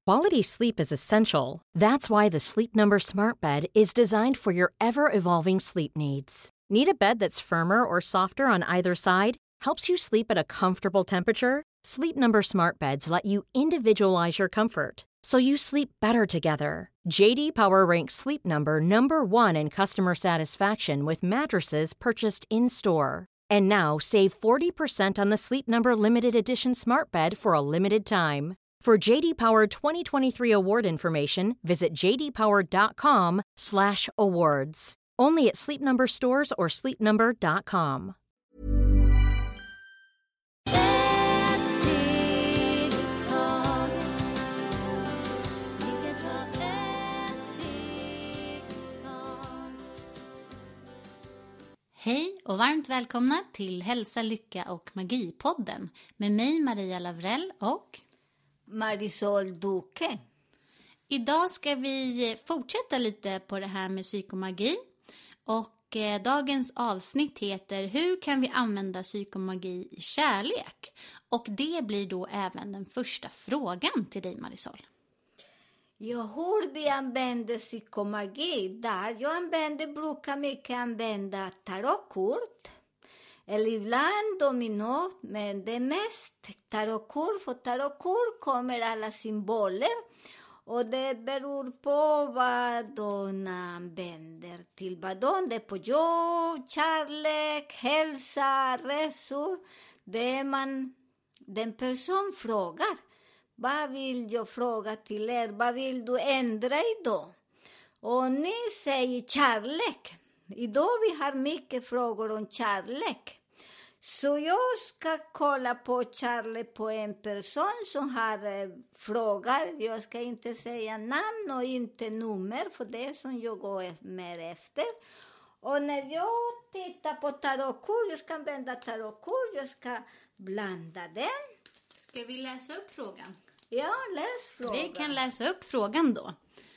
Quality sleep is essential. That's why the Sleep Number Smart Bed is designed for your ever-evolving sleep needs. Need a bed that's firmer or softer on either side? Helps you sleep at a comfortable temperature? Sleep Number Smart Beds let you individualize your comfort, so you sleep better together. JD Power ranks Sleep Number #1 in customer satisfaction with mattresses purchased in-store. And now, save 40% on the Sleep Number Limited Edition Smart Bed for a limited time. For JD Power 2023 award information, visit jdpower.com/awards. Only at Sleep Number stores or sleepnumber.com. Hej och varmt välkomna till Hälsa, Lycka och Magi-podden med mig Maria Lavrell och Marisol Duque. Idag ska vi fortsätta lite på det här med psykomagi och dagens avsnitt heter Hur kan vi använda psykomagi i kärlek? Och det blir då även den första frågan till dig Marisol. Ja, hur vi använder psykomagi där? Jag brukar mycket använda tarotkort. Eller ibland domino, men det är mest tarotkort. För tarotkort kommer alla symboler. Och det beror på vad de använder till vad det är på jobb, kärlek, hälsa, resor. Det är den person frågar. Vad vill jag fråga till er? Vad vill du ändra idag? Och ni säger kärlek. Idag vi har mycket frågor om kärlek. Så jag ska kolla på kärlek på en person som har frågor. Jag ska inte säga namn och inte nummer för det som jag går mer efter. Och när jag tittar på tarotkort, jag ska använda tarotkort, jag ska blanda den. Ska vi läsa upp frågan? Ja, läs frågan. Vi kan läsa upp frågan då.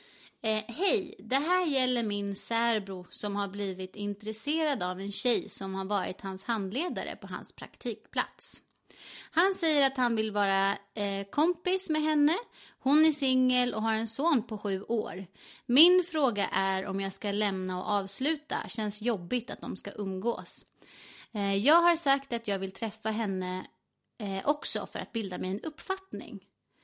Hej, det här gäller min särbror som har blivit intresserad av en tjej som har varit hans handledare på hans praktikplats. Han säger att han vill vara kompis med henne. Hon är singel och har en son på 7 år. Min fråga är om jag ska lämna och avsluta. Känns jobbigt att de ska umgås. Jag har sagt att jag vill träffa henne också för att bilda mig en uppfattning.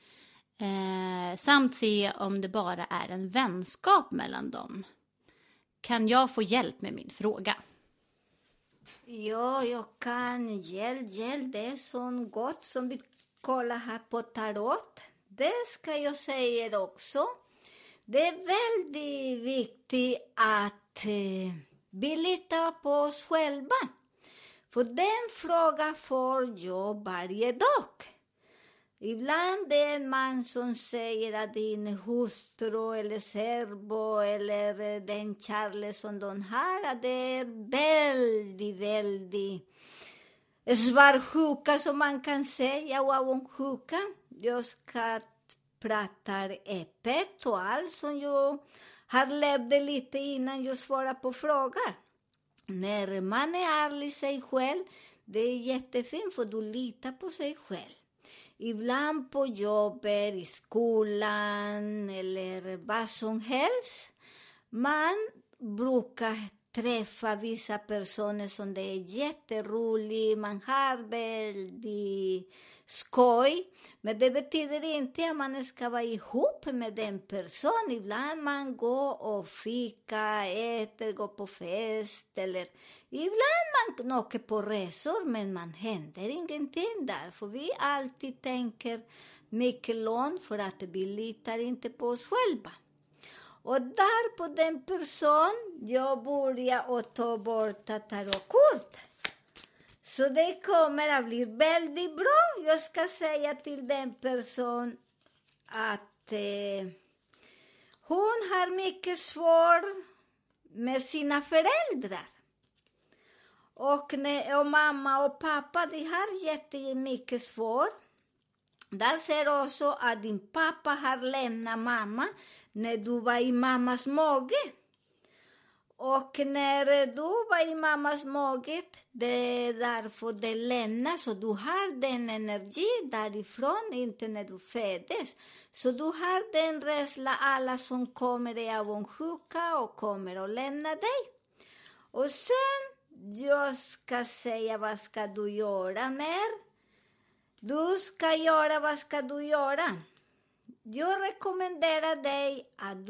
Samt se om det bara är en vänskap mellan dem. Kan jag få hjälp med min fråga? Ja, jag kan hjälp. Det är så gott som vi kollar här på tarot. Det ska jag säga också. Det är väldigt viktigt att vi litar på oss själva. För den frågan får jag varje dag. Ibland är det en man som säger att din hustru eller serbo eller den kärlek som de har, att det är väldigt svartsjuka som man kan säga och avundsjuka. Jag ska prata öppet och allt som jag har levt lite innan jag svarar på frågor. När man är ärlig sig själv, det är jättefint för du litar på sig själv. Ibland på jobbet, i skolan eller vad som helst. Man brukar träffa vissa personer som det är jätteroligt. Man har väldigt skoj. Men det betyder inte att man ska vara ihop med den personen. Ibland man går och fika, äter, går på fest. Eller ibland man åker på resor men man händer ingenting där. För vi alltid tänker mycket långt för att vi litar inte på oss själva. Och där på den person jag börjar att ta bort tarotkort. Så det kommer att bli väldigt bra. Jag ska säga till den person att hon har mycket svårt med sina föräldrar. Och mamma och pappa, de har jättemycket svårt. Där ser också att din pappa har lämnat mamma när du var i mammas mage. Och när du var i mammas mage, det är därför det lämnas. Så du har den energi därifrån, inte när du föddes. Så du har den rädsla, alla som kommer är avundsjuka och kommer att lämna dig. Och sen, jag ska säga vad ska du göra mer. Du ska göra, vad ska du göra? Jag rekommenderar dig att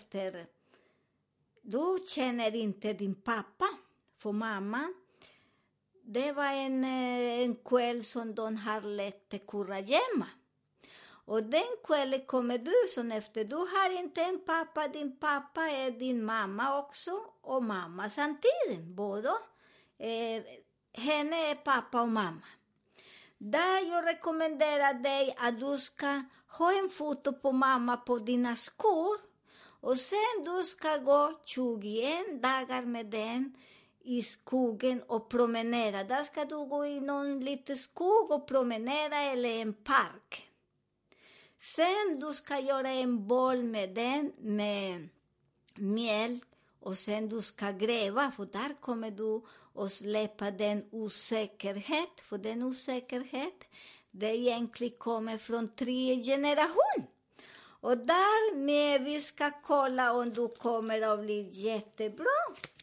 du känner inte din pappa, för mamma. Det var en kväll som de har lekt kurragömma. Och den kvällen kommer du, så efter du har inte en pappa, din pappa är din mamma också. Och mamma samtidigt, båda. Henne är pappa och mamma. Där jag rekommenderar dig att du ska ha en foto på mamma på dina skor. Och sen du ska gå 21 dagar med den i skogen och promenera. Där ska du gå i någon liten skog och promenera eller en park. Sen du ska göra en boll med den med mjölk. Och sen du ska gräva, för där kommer du att släppa den osäkerhet. För den osäkerhet, det egentligen kommer från 3 generationer. Och därmed vi ska kolla om du kommer att bli jättebra.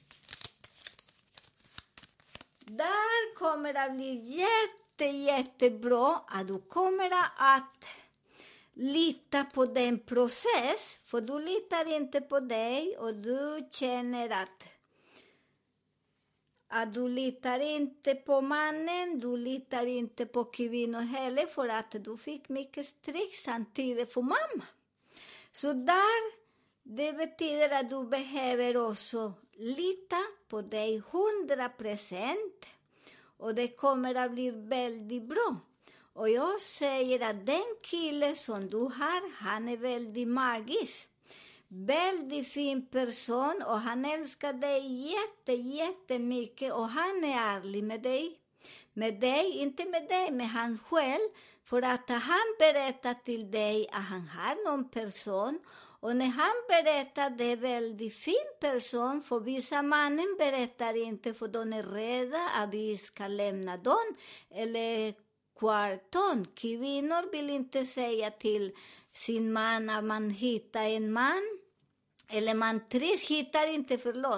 Där kommer att bli jättebra att du kommer att lita på den process. För du litar inte på dig och du känner att du litar inte på mannen, du litar inte på kvinnor heller, för att du fick mycket stryk samtidigt för mamma. Så där, det betyder att du behöver också lita på dig 100%. Och det kommer att bli väldigt bra. Och jag säger att den kille som du har, han är väldigt magisk. Väldigt fin person och han älskar dig jättemycket. Och han är ärlig med dig. Med dig, inte med dig, med han själv. För att han berättar till dig att han har någon person. Och när han berättar, det är väldigt fin person. För vissa mannen berättar inte, för de är rädda att vi ska lämna dem. Eller kvarton. Kvinnor vill inte säga till sin man att man hittar en man. Eller man hittar inte,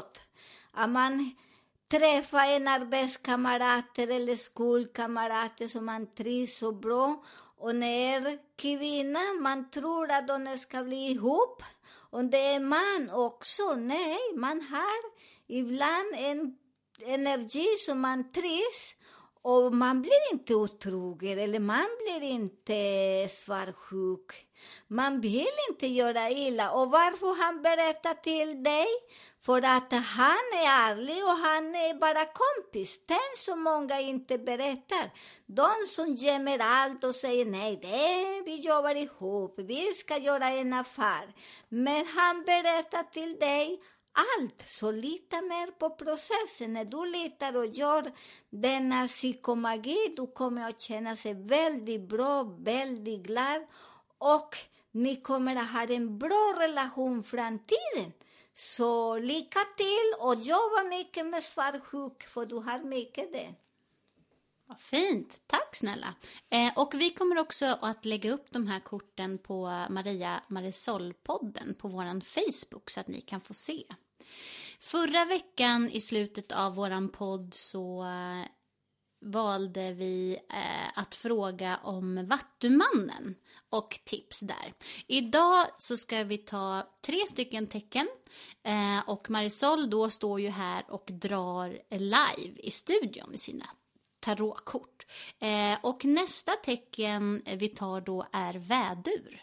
att man träffar en arbetskamrat eller skolkamrat som man trivs så bra. Och när kvinna, man tror att de ska bli ihop. Och det är man också. Nej, man har ibland en energi som man trivs. Och man blir inte otrogen eller man blir inte svartsjuk. Man vill inte göra illa. Och varför han berättar till dig? För att han är ärlig och han är bara kompis. Den som många inte berättar. De som gömmer allt och säger nej, vi jobbar ihop. Vi ska göra en affär. Men han berättar till dig allt, så lita mer på processen. När du litar och gör denna psykomagi, du kommer att känna sig väldigt bra, väldigt glad. Och ni kommer att ha en bra relation framtiden. Så lycka till och jobba mycket med svartsjuk, för du har mycket det. Vad fint, tack snälla. Och vi kommer också att lägga upp de här korten på Maria Marisol-podden på våran Facebook så att ni kan få se. Förra veckan i slutet av våran podd så valde vi att fråga om Vattumannen och tips där. Idag så ska vi ta 3 stycken tecken och Marisol då står ju här och drar live i studion i sina tarotkort. Och nästa tecken vi tar då är vädur.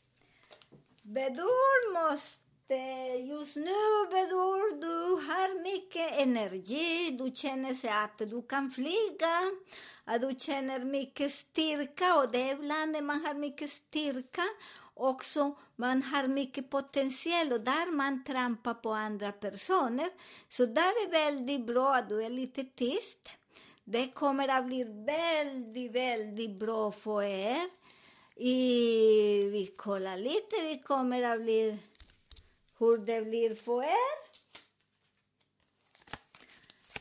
Vädur måste, just nu vädur, du har mycket energi, du känner sig att du kan flyga, att du känner mycket styrka, och det är ibland när man har mycket styrka också, man har mycket potential och där man trampar på andra personer. Så där är väldigt bra att du är lite tyst. Det kommer att bli väldigt bra för er. Vi kollar lite, det kommer att bli hur det blir för er.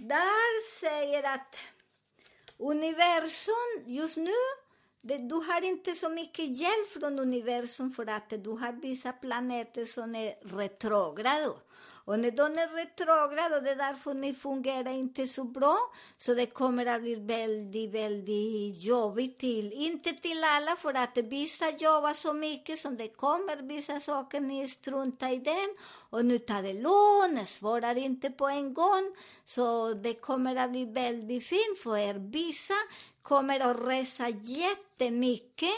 där säger att universum just nu, du har inte så mycket hjälp från universum för att du har vissa planeter som är retrogrado. Och när de är retrogrado, det är därför ni fungerar inte så bra. Så det kommer att bli väldigt, väldigt jobbigt inte till alla, för att vissa jobbar så mycket som det kommer vissa saker, ni struntar i dem. Och nu tar det lån, svarar inte på en gång. Så det kommer att bli väldigt fint för er. Vissa kommer att resa jättemycket.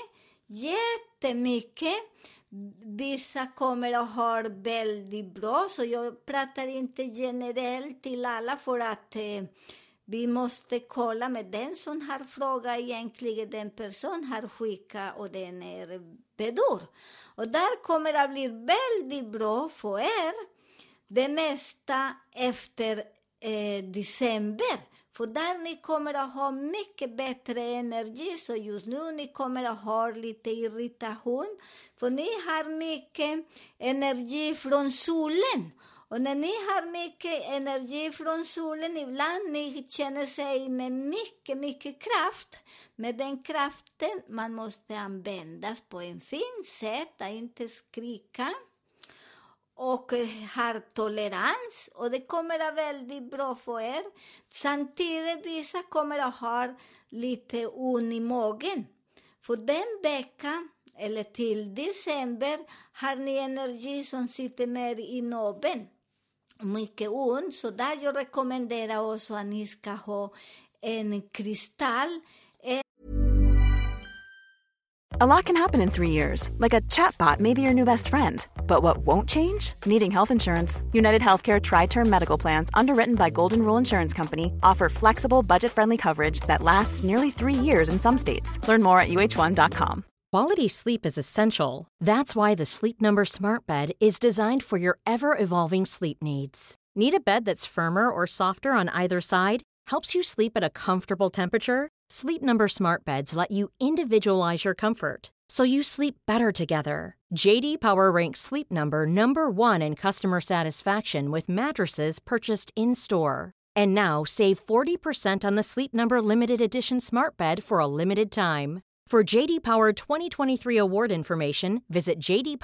Vissa kommer att ha väldigt bra, så jag pratar inte generellt till alla, för att vi måste kolla med den som har frågat, egentligen den person har skickat och den är bedur. Och där kommer att bli väldigt bra för er, det mesta efter december. För där ni kommer att ha mycket bättre energi, så just nu ni kommer att ha lite irritation. För ni har mycket energi från solen. Och när ni har mycket energi från solen, ibland ni känner sig med mycket, mycket kraft. Men den kraften man måste användas på en fin sätt, att inte skrika. Och har tolerans, och det kommer att vara väldigt bra för er. Samtidigt vissa kommer att ha lite ont i magen. För den veckan, eller till december, har ni energi som sitter mer i naveln. Mycket ont, så där jag rekommenderar också att ni ska ha en kristall. A lot can happen in 3 years, like a chatbot may be your new best friend. But what won't change? Needing health insurance. United Healthcare Tri-Term Medical Plans, underwritten by Golden Rule Insurance Company, offer flexible, budget-friendly coverage that lasts nearly 3 years in some states. Learn more at uh1.com. Quality sleep is essential. That's why the Sleep Number Smart Bed is designed for your ever-evolving sleep needs. Need a bed that's firmer or softer on either side? Helps you sleep at a comfortable temperature? Sleep Number Smart Beds let you individualize your comfort, so you sleep better together. JD Power ranks Sleep Number #1 in customer satisfaction with mattresses purchased in-store. And now save 40% on the Sleep Number Limited Edition Smart Bed for a limited time. For JD Power 2023 award information, visit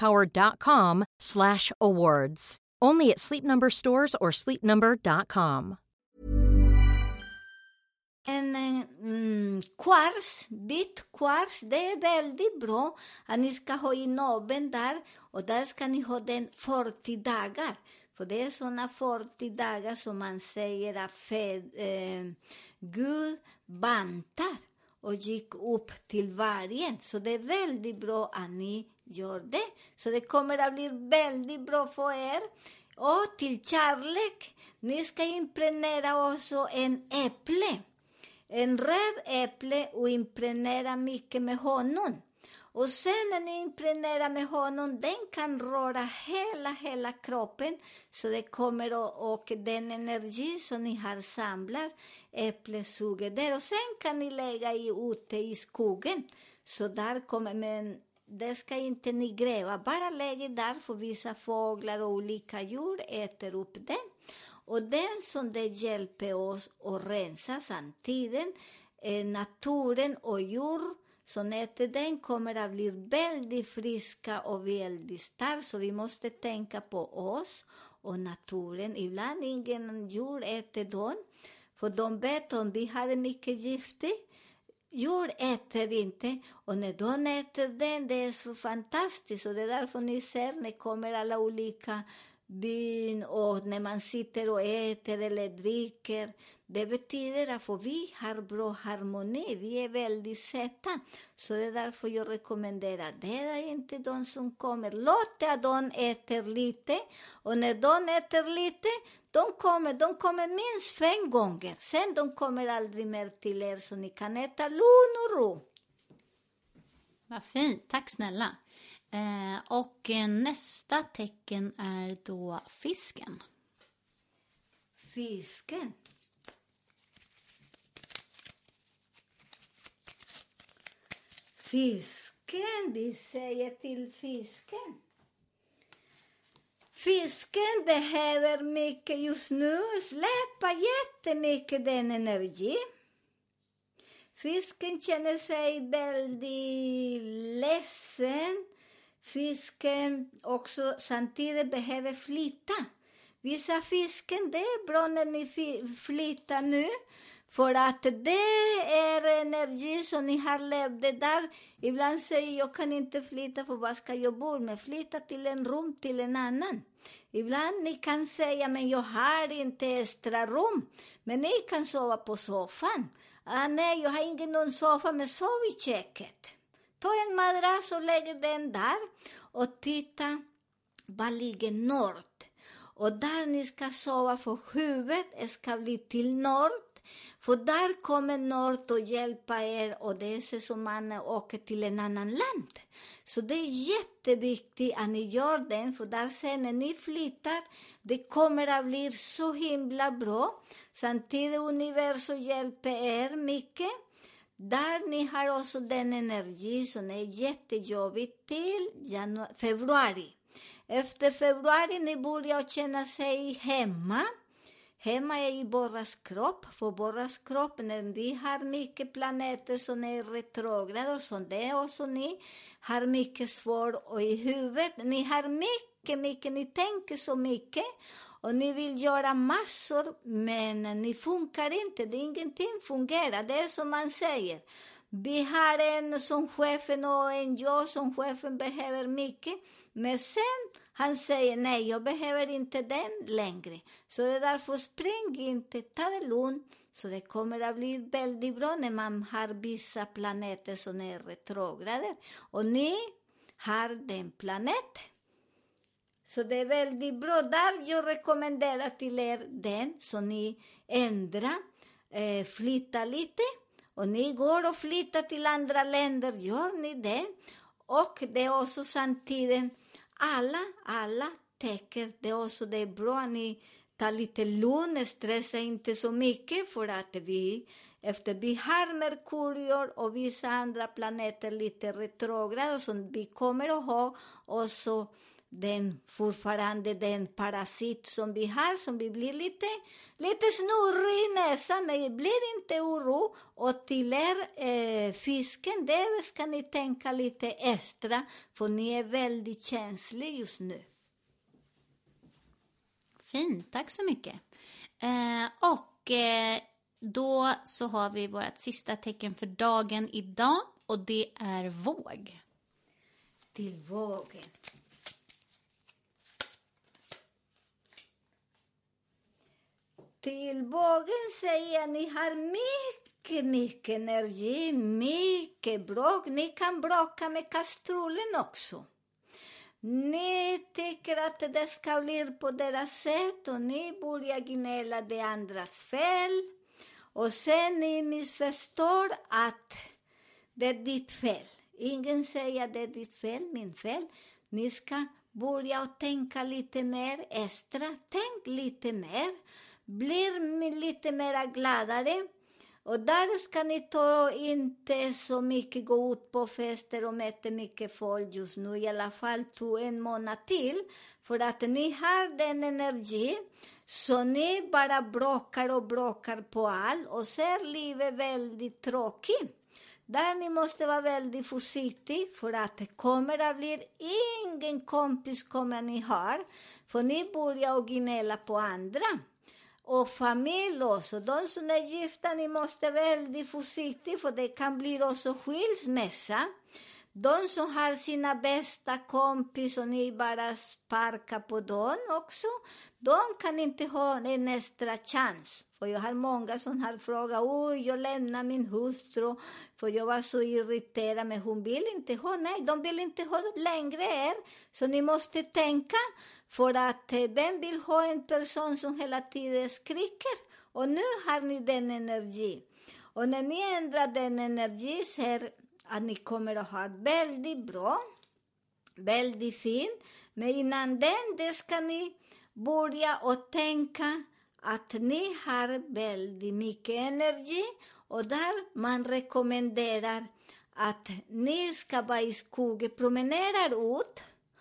jdpower.com/awards. Only at Sleep Number stores or sleepnumber.com. En kvarts, bit kvarts, det är väldigt bra att ni ska ha i naveln där, och där ska ni ha den 40 dagar. För det är sådana 40 dagar som man säger att Gud bantar och gick upp till vargen. Så det är väldigt bra att ni gör det. Så det kommer att bli väldigt bra för er. Och till kärlek, ni ska impregnera också en äpple. En röd äpple, och impregnera mycket med honung. Och sen när ni impregnerar med honung, den kan röra hela kroppen. Så det kommer och den energi som ni har samlat, äpplet suger där. Och sen kan ni lägga ute i skogen. Så där kommer, men det ska inte ni gräva. Bara lägga där, för vissa fåglar och olika djur äter upp den. Och den som det hjälper oss att rensa samtidigt, naturen och djur som äter den kommer att bli väldigt friska och väldigt starka. Så vi måste tänka på oss och naturen. Ibland ingen djur äter dem, för de vet om vi har mycket giftigt. Djur äter inte, och när de äter den, det är så fantastiskt. Och det är därför ni ser, när kommer alla olika byn, och när man sitter och äter eller dricker, det betyder att vi har bra harmoni, vi är väldigt sätta. Så det är därför jag rekommenderar, det är inte de som kommer, låt att de äter lite, och när de äter lite, de kommer minst 5 gånger, sen de kommer aldrig mer till er, så ni kan äta lugn och ro. Vad fint, tack snälla. Och nästa tecken är då fisken. Fisken. Fisken, vi säger till fisken. Fisken behöver mycket just nu, släppa jättemycket den energi. Fisken känner sig väldigt ledsen. Fisken också samtidigt behöver flytta. Vissa fisken, det är bra när ni flyttar nu. För att det är energi som ni har levt där. Ibland säger jag kan inte flytta för vad ska jag bo med? Flytta till en rum till en annan. Ibland ni kan säga men jag har inte extra rum. Men ni kan sova på soffan. Nej, jag har ingen soffa men sov i köket. Ta en madrass och lägg den där. Och titta vad ligger norr. Och där ni ska sova för huvudet ska bli till norr. För där kommer norr att hjälpa er och det är så som man åker till en annan land. Så det är jätteviktigt att ni gör den, för där sen när ni flyttar, det kommer att bli så himla bra. Samtidigt universum hjälper er mycket. Där ni har också den energi som är jättejobbigt till februari. Efter februari ni börjar känna sig hemma. Hemma är i våras kropp. För våras kropp, när vi har mycket planeter som är retrograd och som det är också ni har mycket svårt och i huvudet. Ni har mycket, ni tänker så mycket och ni vill göra massor men ni funkar inte. Det är ingenting fungerar. Det är som man säger. Vi har en som chefen och en jag som chefen behöver mycket. Men sen han säger nej, jag behöver inte den längre. Så det är därför spring inte, ta det lugnt. Så det kommer att bli väldigt bra när man har vissa planeter som är retrograder. Och ni har den planeten. Så det är väldigt bra. Där jag rekommenderar till er den. Så ni ändrar, flyttar lite. Och ni går och flyttar till andra länder. Gör ni det. Och det är också samtidigt. Alla tänker det också. Det är bra att ni tar lite lugn. Stressa inte så mycket. För att vi har Merkurius och vissa andra planeter lite retrograd. Så vi kommer att ha också fortfarande den parasit som vi har. Som vi blir lite snurrig i näsan. Men det blir inte oro. Och till fisken, det ska ni tänka lite extra. För ni är väldigt känsliga just nu. Fint, tack så mycket. Då så har vi vårt sista tecken för dagen idag. Och det är våg. Till vågen. Till vågen säger ni har mycket energi, mycket bråk. Ni kan bråka med kastrullen också. Ni tycker att det ska bli på deras sätt och ni börjar gnälla det andras fel. Och sen ni missförstår att det är ditt fel. Ingen säger att det är ditt fel, min fel. Ni ska börja och tänka lite mer extra. Tänk lite mer. Blir lite mer gladare. Och där ska ni inte så mycket gå ut på fester och möta mycket folk just nu. I alla fall 1 månad till. För att ni har den energi. Så ni bara bråkar på allt. Och ser livet väldigt tråkigt. Där ni måste vara väldigt försiktiga. För att det kommer att bli ingen kompis kommer ni har. För ni börjar gnälla på andra. Och familj också. De som är gifta, ni måste vara väldigt försiktiga. För det kan bli också skilsmässa. De som har sina bästa kompis och ni bara sparkar på dem också. De kan inte ha en extra chans. För jag har många som har frågat. Jag lämnar min hustru. För jag var så irriterad. Men hon vill inte ha. Nej, de vill inte ha längre er. Så ni måste tänka. För att vem vill ha en person som hela tiden skriker? Och nu har ni den energi. Och när ni ändrar den energi så är att ni kommer att ha väldigt bra. Väldigt fint. Men innan det ska ni börja och tänka att ni har väldigt mycket energi. Och där man rekommenderar att ni ska vara i skogen, promenera ut.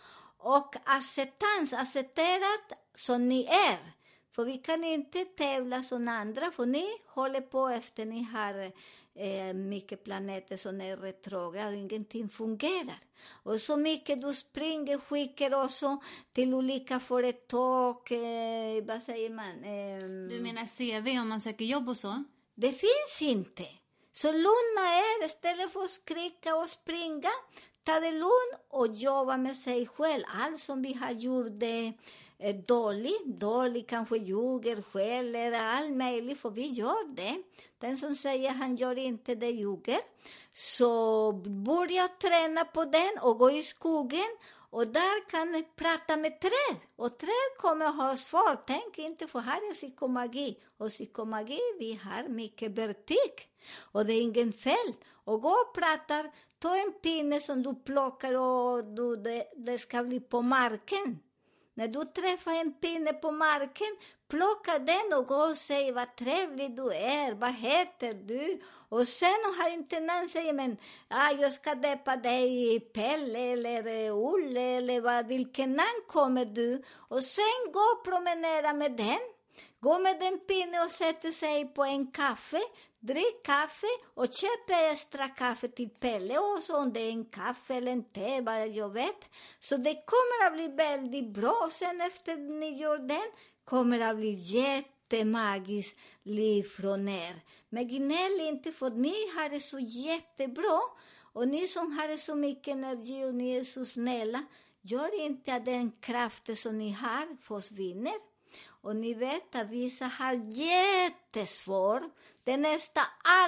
och accepterat som ni är. För vi kan inte tävla som andra, för ni håller på efter ni har mycket planeter som är retrograd och ingenting fungerar. Och så mycket du springer, skickar också till olika företag, vad säger man? Du menar CV om man söker jobb och så? Det finns inte. Så lugna er, istället för att skrika och springa. Ta det lugnt och jobba med sig själv. Allt som vi har gjort det dålig kanske ljuger själv eller allt möjligt, för vi gör det. Den som säger han gör inte det ljuger. Så börja träna på den och gå i skogen. Och där kan ni prata med träd. Och träd kommer ha svar. Tänk inte, för här är psykomagi. Och psykomagi, vi har mycket vertik. Och det är ingen fel. Och gå och prata. Ta en pinne som du plockar och det ska bli på marken. När du träffar en pinne på marken, plocka den och gå och säg vad trevlig du är, vad heter du? Och sen har inte någon säger, men jag ska döpa dig Pelle eller Olle eller vilken namn kommer du? Och sen gå och promenera med den. Gå med den pinne och sätta sig på en kaffe. Drick kaffe och köp extra kaffe till Pelle och så om det är en kaffe eller en te, vad jag vet. Så det kommer att bli väldigt bra. Sen efter ni gör den kommer att bli jättemagiskt liv från er. Men gnäll inte, för ni har det så jättebra. Och ni som har så mycket energi och ni är så snälla, gör inte att den kraften som ni har försvinner. Och ni vet att vissa har jättesvårt. Det nästa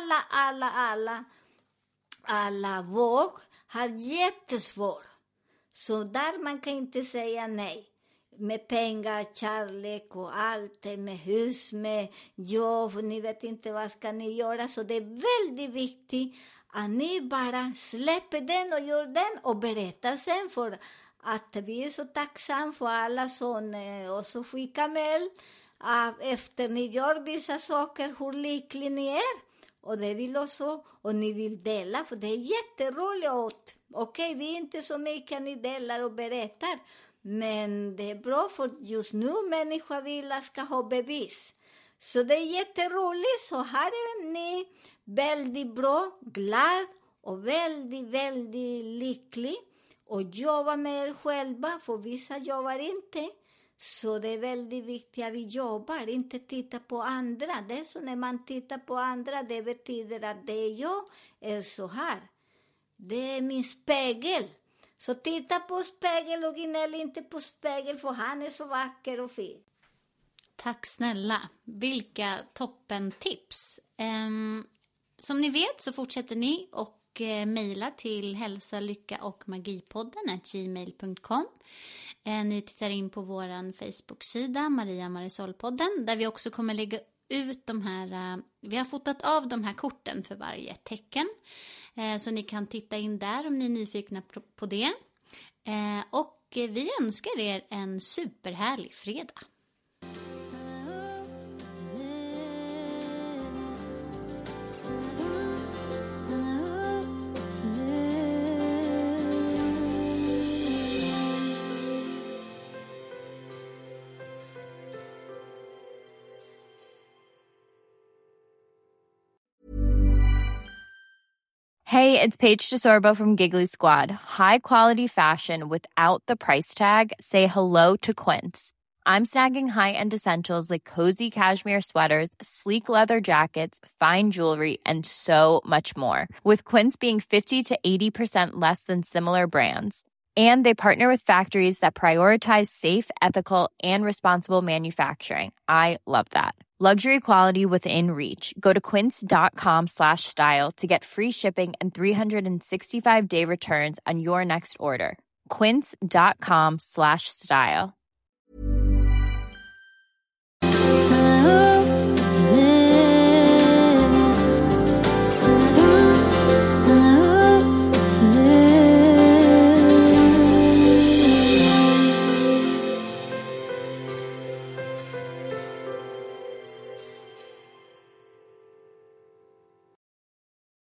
alla våg har jättesvårt. Så där man kan inte säga nej. Med pengar, kärlek och allt. Med hus, med jobb. Ni vet inte vad ska ni göra. Så det är väldigt viktigt att ni bara släpper den och gör den. Och berättar sen för att vi är så tacksamma för alla som också skickar mejl. Efter ni gör vissa saker, hur lycklig ni är. Och det vill också, och ni vill dela, för det är jätteroligt. Okej, vi är inte så mycket ni delar och berättar. Men det är bra, för just nu människor vill att ska ha bevis. Så det är jätteroligt, så här är ni väldigt bra, glad och väldigt, väldigt lycklig. Och jobba med er själva, för vissa jobbar inte. Så det är väldigt viktigt att vi jobbar, inte titta på andra. Det är så när man tittar på andra, det betyder att det jag är så här. Det är min spegel. Så titta på spegel och gnäll inte på spegel, för han är så vacker och fin. Tack snälla. Vilka toppentips. Som ni vet så fortsätter ni och mejla till hälsa, lycka och magipodden @gmail.com. Ni tittar in på våran Facebook-sida Maria Marisolpodden, där vi också kommer lägga ut de här, vi har fotat av de här korten för varje tecken, så ni kan titta in där om ni är nyfikna på det. Och vi önskar er en superhärlig fredag. Hey, it's Paige DeSorbo from Giggly Squad. High quality fashion without the price tag. Say hello to Quince. I'm snagging high-end essentials like cozy cashmere sweaters, sleek leather jackets, fine jewelry, and so much more. With Quince being 50 to 80% less than similar brands. And they partner with factories that prioritize safe, ethical, and responsible manufacturing. I love that. Luxury quality within reach. Go to quince.com/style to get free shipping and 365-day returns on your next order. Quince.com/style.